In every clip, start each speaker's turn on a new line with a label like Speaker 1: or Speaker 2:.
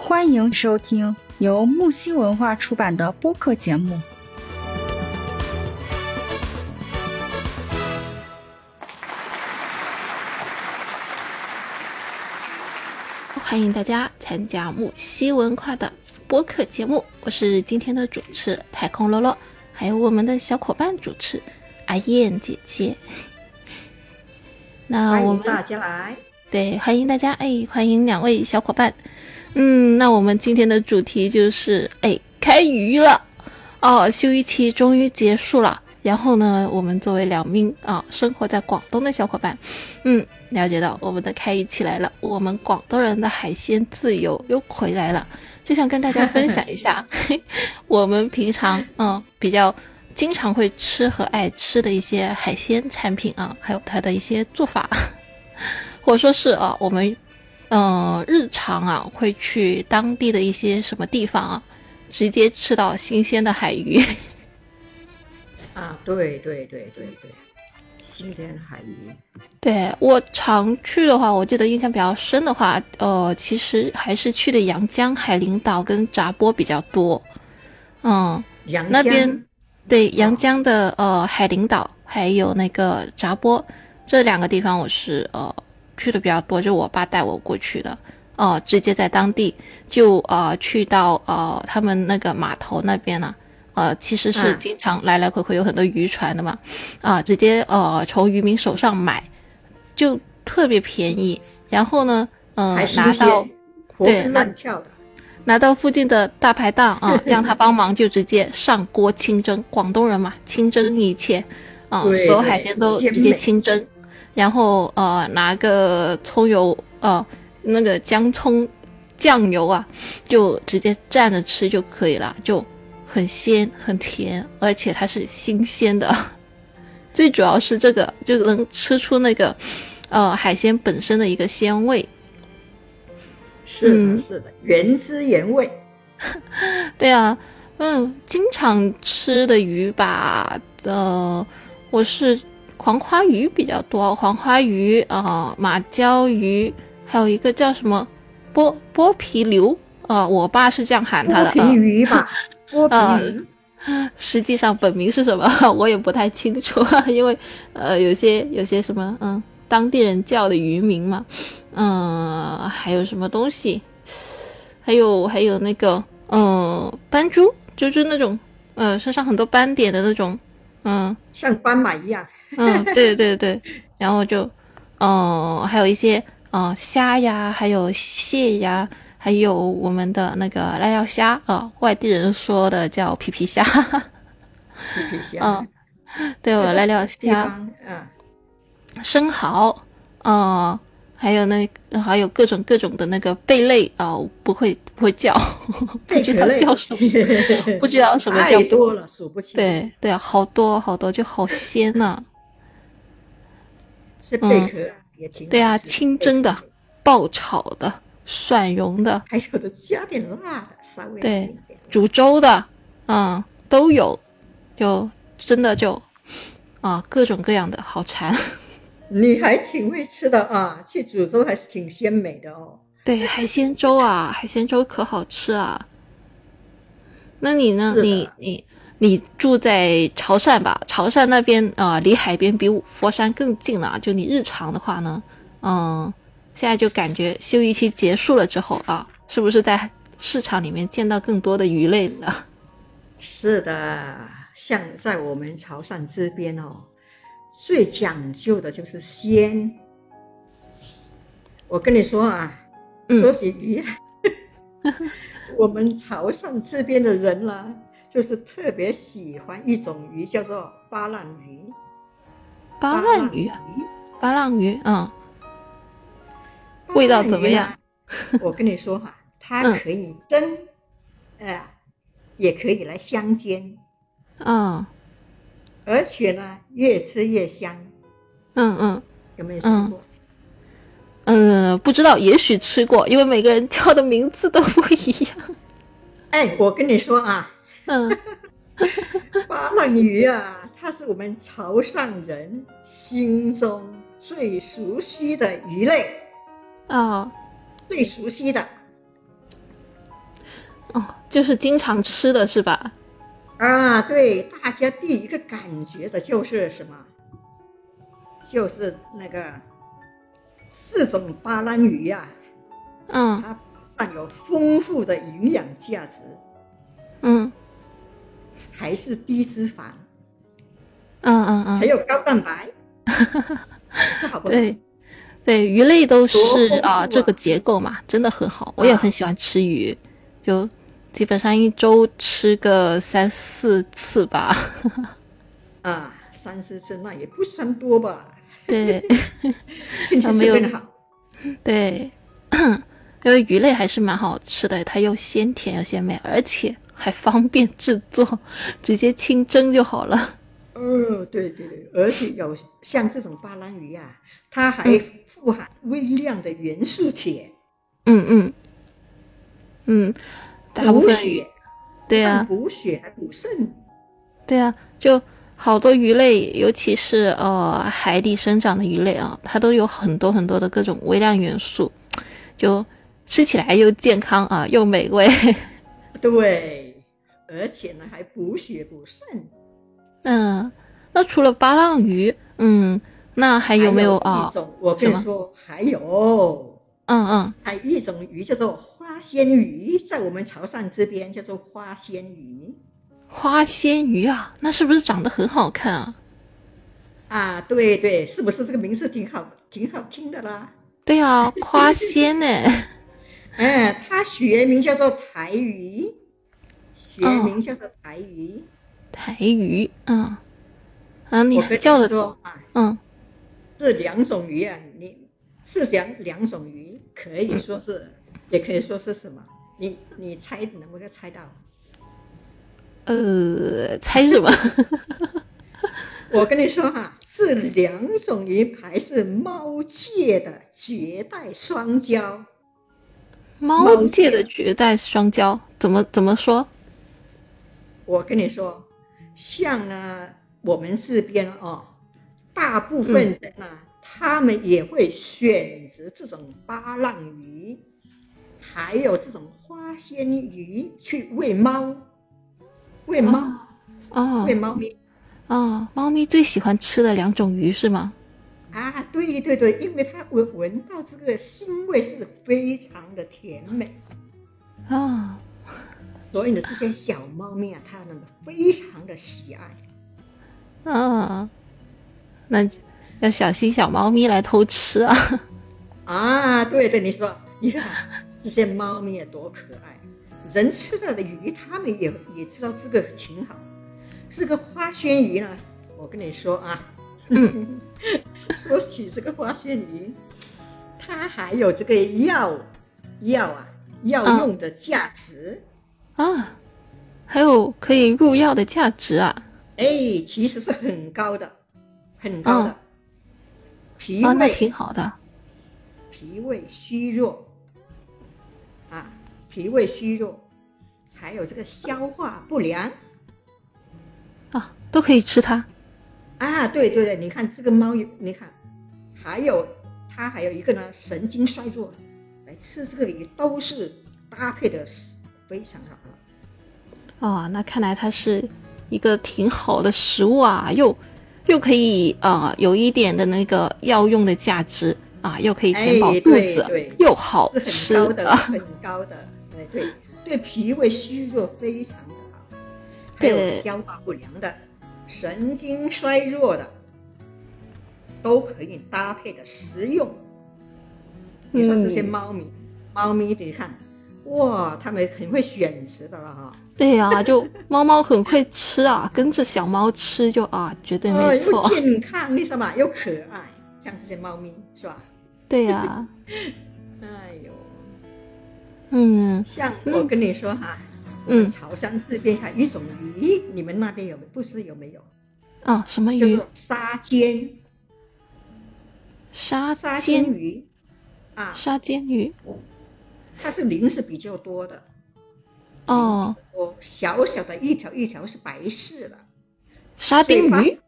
Speaker 1: 欢迎收听由木西文化出版的播客节目。
Speaker 2: 欢迎大家参加木西文化的播客节目，我是今天的主持太空罗罗，还有我们的小伙伴主持阿燕姐姐。那我们
Speaker 3: 欢迎大家来，
Speaker 2: 对，欢迎大家，欢迎两位小伙伴。那我们今天的主题就是开渔了哦，休渔期终于结束了。然后呢，我们作为两名生活在广东的小伙伴，了解到我们的开渔期来了，我们广东人的海鲜自由又回来了，就想跟大家分享一下我们平常比较经常会吃和爱吃的一些海鲜产品还有它的一些做法，或者说是我们日常会去当地的一些什么地方直接吃到新鲜的海鱼。
Speaker 3: 对，新鲜海鱼。
Speaker 2: 对，我常去的话，我记得印象比较深的话，其实还是去的阳江、海陵岛跟闸波比较多。那边对阳江的海陵岛还有那个闸波这两个地方，我是去的比较多，就我爸带我过去的。直接在当地就去到他们那个码头那边呢。其实是经常来来回回有很多渔船的嘛，直接从渔民手上买，就特别便宜。然后呢，拿到附近的大排档让他帮忙就直接上锅清蒸。广东人嘛，清蒸一切所有海鲜都直接清蒸，然后拿个葱油那个姜葱酱油就直接蘸着吃就可以了，就很鲜很甜，而且它是新鲜的，最主要是这个就能吃出那个海鲜本身的一个鲜味。
Speaker 3: 是的，原汁原味。
Speaker 2: 对啊，经常吃的鱼吧，我是黄花鱼比较多，黄花鱼马鲛鱼，还有一个叫什么剥皮瘤我爸是这样喊它的。
Speaker 3: 剥皮鱼吧。
Speaker 2: 实际上本名是什么我也不太清楚，因为有些什么当地人叫的渔名嘛，还有什么东西，还有那个斑猪，就是那种身上很多斑点的那种，
Speaker 3: 像斑马一样。
Speaker 2: 对，然后就还有一些虾呀，还有蟹呀，还有我们的那个濑料虾外地人说的叫皮皮虾。
Speaker 3: 皮皮虾。
Speaker 2: 对，我濑料虾，生蚝还有各种的那个贝类不会叫不知道叫什么不知道什么叫，
Speaker 3: 太多了数不清。
Speaker 2: 对好多就好鲜
Speaker 3: 是贝壳也挺好吃。
Speaker 2: 对清蒸的、爆炒的、蒜蓉的，
Speaker 3: 还有的加点辣的，稍微
Speaker 2: 对煮粥的都有，就真的就各种各样的好馋。
Speaker 3: 你还挺会吃的去煮粥还是挺鲜美的
Speaker 2: 对，海鲜粥海鲜粥可好吃那你呢？你住在潮汕吧？潮汕那边离海边比佛山更近了。就你日常的话呢，现在就感觉休渔期结束了之后是不是在市场里面见到更多的鱼类了？
Speaker 3: 是的，像在我们潮汕这边最讲究的就是鲜。我跟你说说起鱼我们潮汕这边的人呢，就是特别喜欢一种鱼，叫做巴浪鱼。
Speaker 2: 巴浪鱼味道怎么样？
Speaker 3: 我跟你说它可以蒸也可以来香煎而且呢越吃越香。有没有吃过？
Speaker 2: 不知道，也许吃过，因为每个人叫的名字都不一样。
Speaker 3: 我跟你说巴浪鱼它是我们潮汕人心中最熟悉的鱼类最熟悉的。
Speaker 2: 就是经常吃的是吧？
Speaker 3: 啊，对，大家第一个感觉的就是什么？就是那个4种巴兰鱼啊，它含有丰富的营养价值，还是低脂肪，还有高蛋白，好不好？
Speaker 2: 对，鱼类都是这个结构嘛，真的很好。我也很喜欢吃鱼，就基本上1周吃个3-4次吧。
Speaker 3: 3-4次那也不算多吧？
Speaker 2: 对，
Speaker 3: 没有好。
Speaker 2: 对，因为鱼类还是蛮好吃的，它又鲜甜又鲜美，而且还方便制作，直接清蒸就好了。
Speaker 3: 对，而且有像这种巴兰鱼啊，它还富含微量的元素铁。
Speaker 2: 大部分鱼，对啊，
Speaker 3: 补血还补肾。
Speaker 2: 对啊，就好多鱼类，尤其是海底生长的鱼类啊，它都有很多很多的各种微量元素，就吃起来又健康啊，又美味。
Speaker 3: 对，而且呢还补血补肾。
Speaker 2: 那除了巴浪鱼，那还有没有
Speaker 3: 一种我跟你说，还有，还有一种鱼叫做花鲜鱼，在我们潮汕这边叫做花鲜鱼。
Speaker 2: 花鲜鱼啊，那是不是长得很好看啊？
Speaker 3: 对，是不是这个名字挺好听的啦？
Speaker 2: 对啊，花鲜呢。
Speaker 3: 它学名叫做台鱼，
Speaker 2: 台鱼，你叫的
Speaker 3: 说这2种鱼啊，这两种鱼可以说是，也可以说是什么？你猜能不能猜到？
Speaker 2: 猜什么？
Speaker 3: 我跟你说这2种鱼还是猫界的绝代双骄。
Speaker 2: 猫界的绝代双骄，怎么说？
Speaker 3: 我跟你说，像呢，我们这边大部分人他们也会选择这种巴浪鱼，还有这种花鲜鱼去喂猫咪。
Speaker 2: 猫咪最喜欢吃的2种鱼是吗？
Speaker 3: 对，因为它闻到这个腥味是非常的甜美所以呢，这些小猫咪它们非常的喜
Speaker 2: 爱。那要小心小猫咪来偷吃
Speaker 3: 对，你说这些猫咪多可爱，人吃了的鱼，它们也知道这个挺好。这个花鲜鱼呢，我跟你说说起这个花鲜鱼，它还有这个药用的价值
Speaker 2: 还有可以入药的价值
Speaker 3: 其实是很高的。脾胃
Speaker 2: 那挺好的。
Speaker 3: 脾胃虚弱，还有这个消化不良
Speaker 2: 都可以吃它
Speaker 3: 对，你看这个猫，你看它还有一个呢，神经衰弱，来吃这个也都是搭配的非常好
Speaker 2: 那看来它是一个挺好的食物又可以有一点的那个药用的价值又可以填饱肚子，又好吃，
Speaker 3: 很高的，对脾胃虚弱非常的好，还有消化不良的、神经衰弱的，都可以搭配的食用。你说这些猫咪你看，哇，它们很会选择的了
Speaker 2: 对就猫很会吃跟着小猫吃就绝对没错，
Speaker 3: 又健康，你知道吗？又可爱，像这些猫咪是吧？
Speaker 2: 对
Speaker 3: 像我跟你说潮汕这边还有一种鱼，你们那边有没有？
Speaker 2: 什么鱼？
Speaker 3: 叫做沙尖。沙尖鱼
Speaker 2: 沙尖鱼，
Speaker 3: 它是鳞是比较多的小小的一条一条是白色的。
Speaker 2: 沙丁鱼，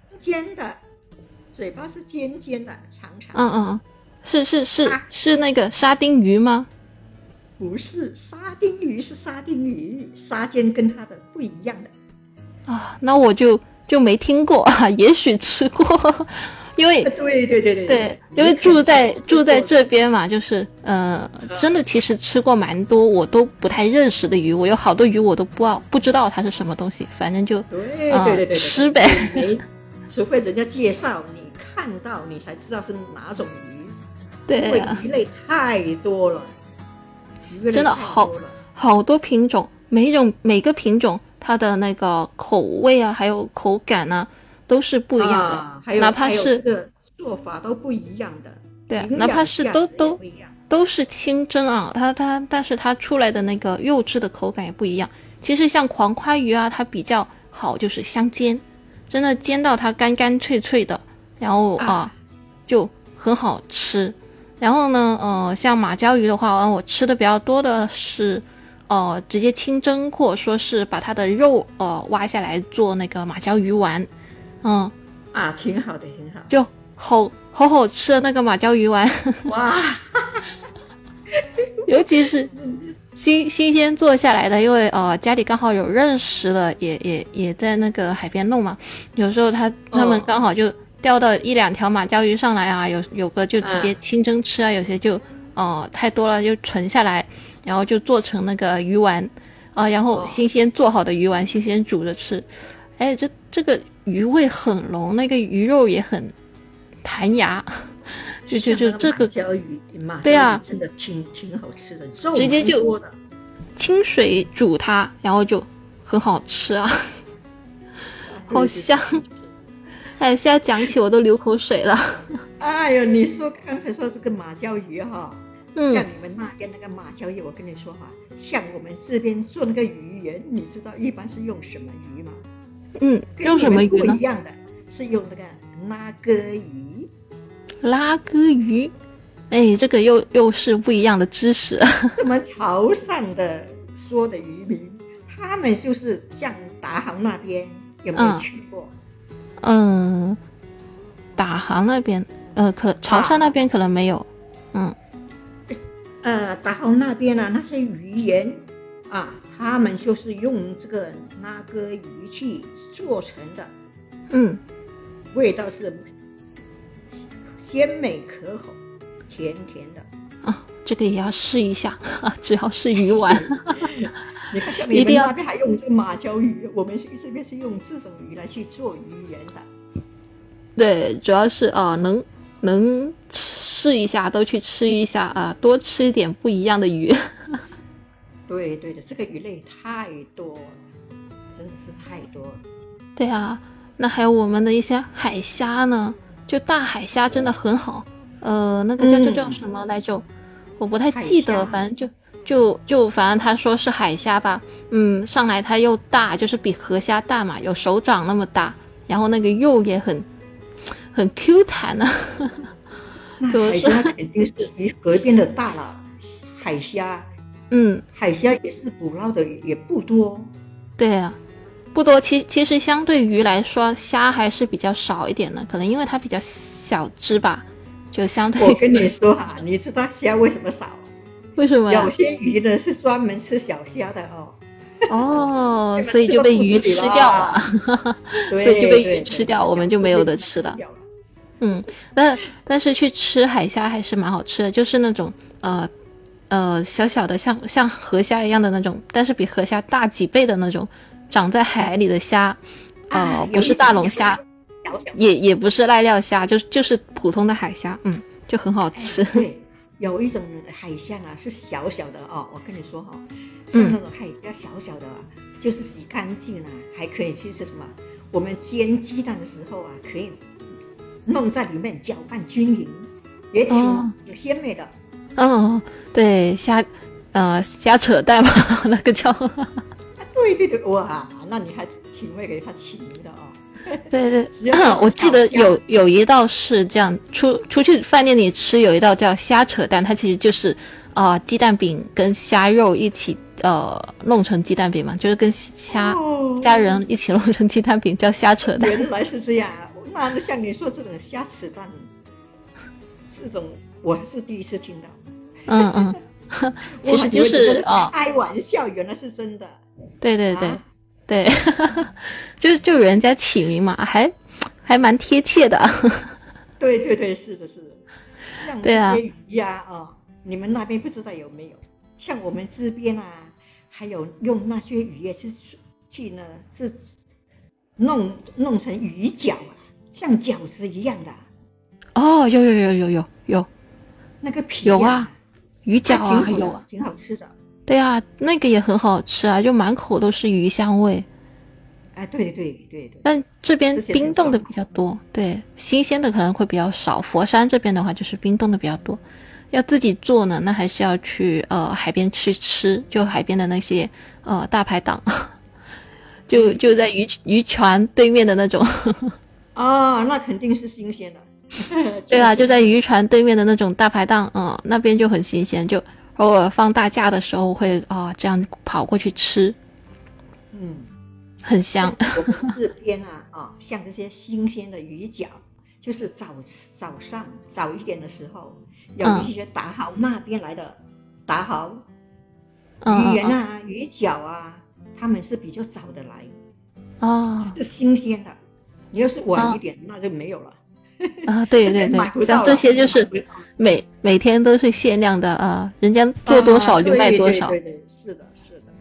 Speaker 3: 嘴巴是尖尖的，长长的。
Speaker 2: 是那个沙丁鱼吗？
Speaker 3: 不是沙丁鱼，是沙丁鱼，沙尖跟它的不一样的
Speaker 2: 啊。那我就没听过啊，也许吃过。因为
Speaker 3: 对，
Speaker 2: 因为住在这边嘛，就是真的其实吃过蛮多我都不太认识的鱼，我有好多鱼我都不知道它是什么东西，反正就
Speaker 3: 对
Speaker 2: 吃呗。
Speaker 3: 除非人家介绍，你看到你才知道是哪种鱼。
Speaker 2: 对啊，
Speaker 3: 因为鱼类太多了，
Speaker 2: 真的好多品种，每个品种它的那个口味啊，还有口感啊，都是不一样的，哪怕是
Speaker 3: 这个做法都不一样的。
Speaker 2: 对，哪怕是都是清蒸啊，但是它出来的那个肉质的口感也不一样。其实像黄花鱼啊，它比较好就是香煎，真的煎到它干干脆脆的，然后就很好吃。然后呢，像马鲛鱼的话，我吃的比较多的是，直接清蒸，或者说是把它的肉挖下来做那个马鲛鱼丸，
Speaker 3: 挺好的，挺好，
Speaker 2: 就好吃的那个马鲛鱼丸，
Speaker 3: 哇，
Speaker 2: 尤其是新鲜做下来的，因为家里刚好有认识的，也在那个海边弄嘛，有时候他们刚好就钓到1-2条马鲛鱼上来啊，有个就直接清蒸吃啊，有些就太多了就存下来，然后就做成那个鱼丸然后新鲜做好的鱼丸新鲜煮着吃，哎，这个鱼味很浓，那个鱼肉也很弹牙，就这个对啊，
Speaker 3: 真的挺好吃的，肉
Speaker 2: 直接就清水煮它，然后就很好吃啊，好香。哎，现在讲起我都流口水了。
Speaker 3: 哎呦，你说刚才说这个马鲛鱼哈，像你们那边那个马鲛鱼，我跟你说哈，像我们这边做那个鱼圆，你知道一般是用什么鱼吗？
Speaker 2: 用什么鱼呢？
Speaker 3: 不一样的，是用那个拉哥鱼。
Speaker 2: 拉哥鱼，哎，这个又是不一样的知识。
Speaker 3: 我们潮汕的说的渔民，他们就是像达航那边，有没有去过？
Speaker 2: 达航那边，潮汕那边可能没有。
Speaker 3: 达航那边呢，那些鱼圆他们就是用这个拉哥鱼去做成的。味道是鲜美可口，甜甜的。
Speaker 2: 这个也要试一下，只要是鱼丸。
Speaker 3: 你看，像你们那边还用这个马鲛鱼，我们这边是用这种鱼来去做鱼圆的。
Speaker 2: 对，主要是能试一下都去吃一下多吃一点不一样的鱼。
Speaker 3: 对的，这个鱼类太多了，真的是太多了。
Speaker 2: 对啊，那还有我们的一些海虾呢，就大海虾真的很好。那个叫什么来着？我不太记得，反正就反正他说是海虾吧。上来它又大，就是比河虾大嘛，有手掌那么大，然后那个肉也很 Q 弹啊。
Speaker 3: 海虾肯定是比河边的大了，海虾。海虾也是捕捞的也不多。
Speaker 2: 对啊，不多。其实相对鱼来说，虾还是比较少一点的，可能因为它比较小只吧，就相对。
Speaker 3: 我跟你说你知道虾为什么少？
Speaker 2: 为什么呀？
Speaker 3: 有些鱼呢是专门吃小虾的
Speaker 2: 所以就被鱼吃掉了。所以就被鱼吃掉，我们就没有得吃了。但是去吃海虾还是蛮好吃的，就是那种小小的像河虾一样的那种，但是比河虾大几倍的那种，长在海里的虾，不是大龙虾，也不是赖料虾，就是普通的海虾，就很好吃。
Speaker 3: 对，有一种海虾是小小的我跟你说像那种海虾小小的就是洗干净了，还可以去吃什么？我们煎鸡蛋的时候可以弄在里面搅拌均匀，也挺鲜美的。
Speaker 2: 对，虾扯蛋嘛，那个叫。
Speaker 3: 对，哇，那你还挺会给它起名的
Speaker 2: 对，我记得有一道是这样，出去饭店里吃有一道叫虾扯蛋，它其实就是鸡蛋饼跟虾肉一起弄成鸡蛋饼嘛，就是跟虾仁一起弄成鸡蛋饼，叫虾扯蛋。
Speaker 3: 原来是这样。那像你说这种虾扯蛋，这种我还是第一次听到。
Speaker 2: 其实就是
Speaker 3: 开玩笑，原来是真的。
Speaker 2: 对对对、对，就人家起名嘛，还蛮贴切的。
Speaker 3: 对对对，是的，是的。像
Speaker 2: 对啊
Speaker 3: 这些鱼呀，你们那边不知道有没有？像我们这边啊，还有用那些鱼也去呢，是弄成鱼饺啊，像饺子一样的。
Speaker 2: 哦，有，
Speaker 3: 那个皮
Speaker 2: 有啊，鱼饺啊，
Speaker 3: 有
Speaker 2: 有啊，
Speaker 3: 挺好吃的。
Speaker 2: 对啊，那个也很好吃啊，就满口都是鱼香味。
Speaker 3: 哎，对对对对。
Speaker 2: 但这边冰冻的比较多，对，新鲜的可能会比较少。佛山这边的话就是冰冻的比较多，要自己做呢，那还是要去海边去吃，就海边的那些大排档，就在渔船对面的那种。
Speaker 3: 那肯定是新鲜的。
Speaker 2: 对啊，就在渔船对面的那种大排档，那边就很新鲜，就偶尔放大假的时候会这样跑过去吃，很香。
Speaker 3: 我们这边像这些新鲜的鱼饺，就是早上早一点的时候，有一些打好那边来的打好鱼圆啊、鱼饺啊，他们是比较早的来，是新鲜的。你要是晚一点，那就没有了。
Speaker 2: 对对对，像这些就是每天都是限量的人家做多少就卖多少。
Speaker 3: 对，是的。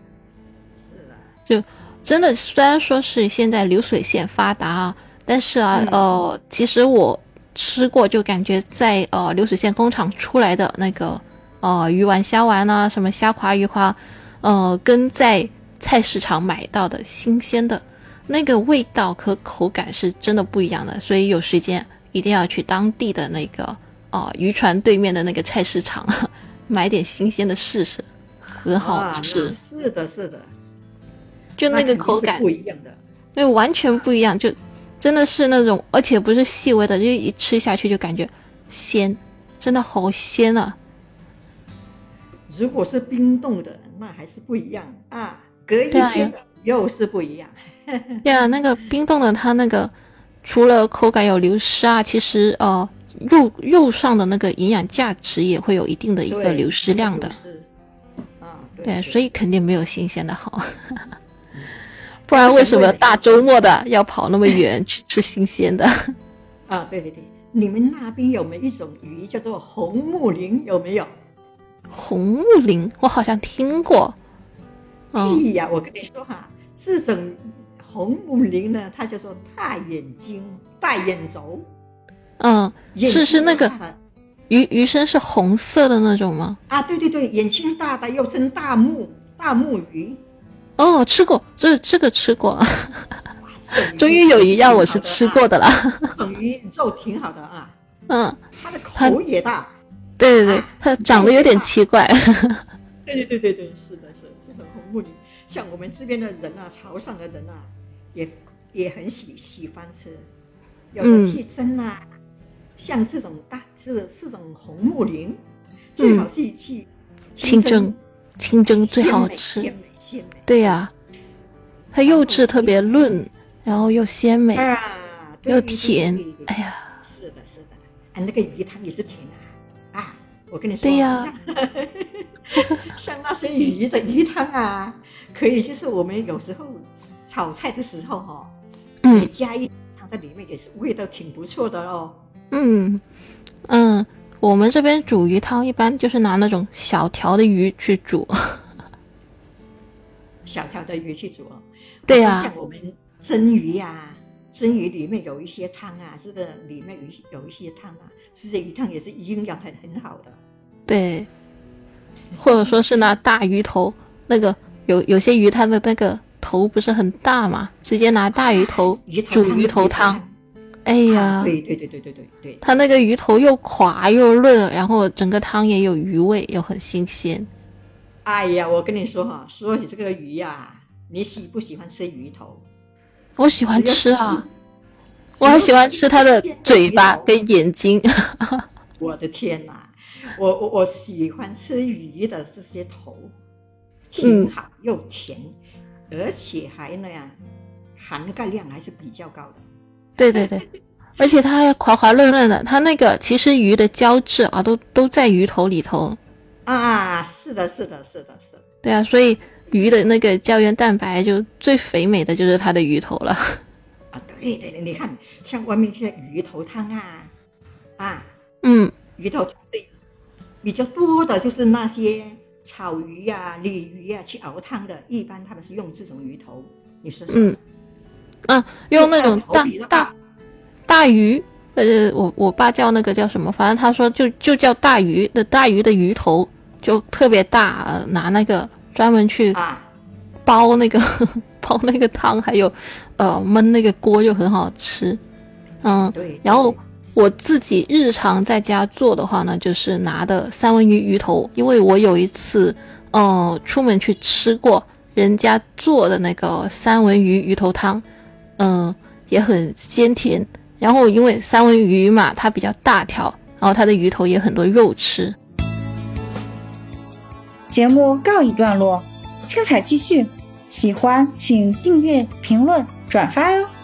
Speaker 2: 就真的，虽然说是现在流水线发达但是其实我吃过，就感觉在流水线工厂出来的那个鱼丸、虾丸啊，什么虾滑、鱼滑，跟在菜市场买到的新鲜的那个味道和口感是真的不一样的，所以有时间一定要去当地的那个渔船对面的那个菜市场买点新鲜的试试，很好吃。
Speaker 3: 是的，
Speaker 2: 就那个口感
Speaker 3: 不一样的，
Speaker 2: 对，完全不一样，就真的是那种，而且不是细微的，就一吃下去就感觉鲜，真的好鲜啊！
Speaker 3: 如果是冰冻的，那还是不一样啊，隔一天的又是不一样。
Speaker 2: 对啊，那个冰冻的，它那个除了口感有流失啊，其实肉上的那个营养价值也会有一定的一个流失量的。对，所以肯定没有新鲜的好。不然为什么大周末的要跑那么远去吃新鲜的？
Speaker 3: 对，你们那边有没有一种鱼叫做红木鳞？有没有？
Speaker 2: 红木鳞我好像听过。
Speaker 3: 哎呀，我跟你说这种红木鳞呢，它叫做大眼睛、大眼轴。
Speaker 2: 是那个鱼身是红色的那种吗？
Speaker 3: 对，眼睛大的又称大目鱼。
Speaker 2: 吃过，这个吃过。终于有一样我是吃过的了。
Speaker 3: 这种鱼肉挺好的啊。它的口也大。
Speaker 2: 对，它长得有点奇怪。
Speaker 3: 对，是的，这种红木鳞，像我们这边的人潮汕的人也很喜欢吃，有的去蒸像这种这种红木鳞，最好是去
Speaker 2: 清蒸最好吃。
Speaker 3: 鲜美。
Speaker 2: 对呀，它肉质特别嫩，然后又鲜美又甜。哎呀，
Speaker 3: 是的，那个鱼汤也是甜我跟你说，
Speaker 2: 对呀，
Speaker 3: 像那些鱼的鱼汤可以就是我们有时候炒菜的时候也加一汤在里面，也是味道挺不错的哦。
Speaker 2: 我们这边煮鱼汤一般就是拿那种小条的鱼去煮。
Speaker 3: 小条的鱼去煮
Speaker 2: 对呀，
Speaker 3: 像我们蒸鱼蒸鱼里面有一些汤这个里面有一些汤这些鱼汤也是营养很好的。
Speaker 2: 对，或者说是拿大鱼头，那个有些鱼它的那个头不是很大嘛，直接拿大鱼头煮鱼头汤。哎呀，
Speaker 3: 对，
Speaker 2: 它那个鱼头又垮又嫩，然后整个汤也有鱼味，又很新鲜。
Speaker 3: 哎呀，我跟你说说起这个鱼你喜不喜欢吃鱼头？
Speaker 2: 我喜欢吃我还喜欢吃它的嘴巴跟眼睛。
Speaker 3: 我的天哪，我喜欢吃鱼的这些头，挺好又甜，而且还含钙量还是比较高的。
Speaker 2: 对，而且它还滑滑嫩嫩的，它那个其实鱼的胶质都在鱼头里头。
Speaker 3: 啊，是的。
Speaker 2: 对啊，所以鱼的那个胶原蛋白就最肥美的就是它的鱼头了。
Speaker 3: 啊，对，你看像外面这些鱼头汤啊，鱼头汤比较多的就是那些草鱼啊、鲤鱼啊去熬汤的，一般他们是用这种鱼头，你说是？
Speaker 2: 用那种大鱼，我爸叫那个叫什么，反正他说就叫大鱼的鱼头就特别大，拿那个专门去煲那个煲那个汤，还有焖那个锅就很好吃。
Speaker 3: 对。
Speaker 2: 然后我自己日常在家做的话呢，就是拿的三文鱼鱼头，因为我有一次出门去吃过人家做的那个三文鱼鱼头汤，也很鲜甜。然后因为三文鱼嘛，它比较大条，然后它的鱼头也很多肉吃。
Speaker 1: 节目告一段落，精彩继续，喜欢请订阅、评论、转发哟。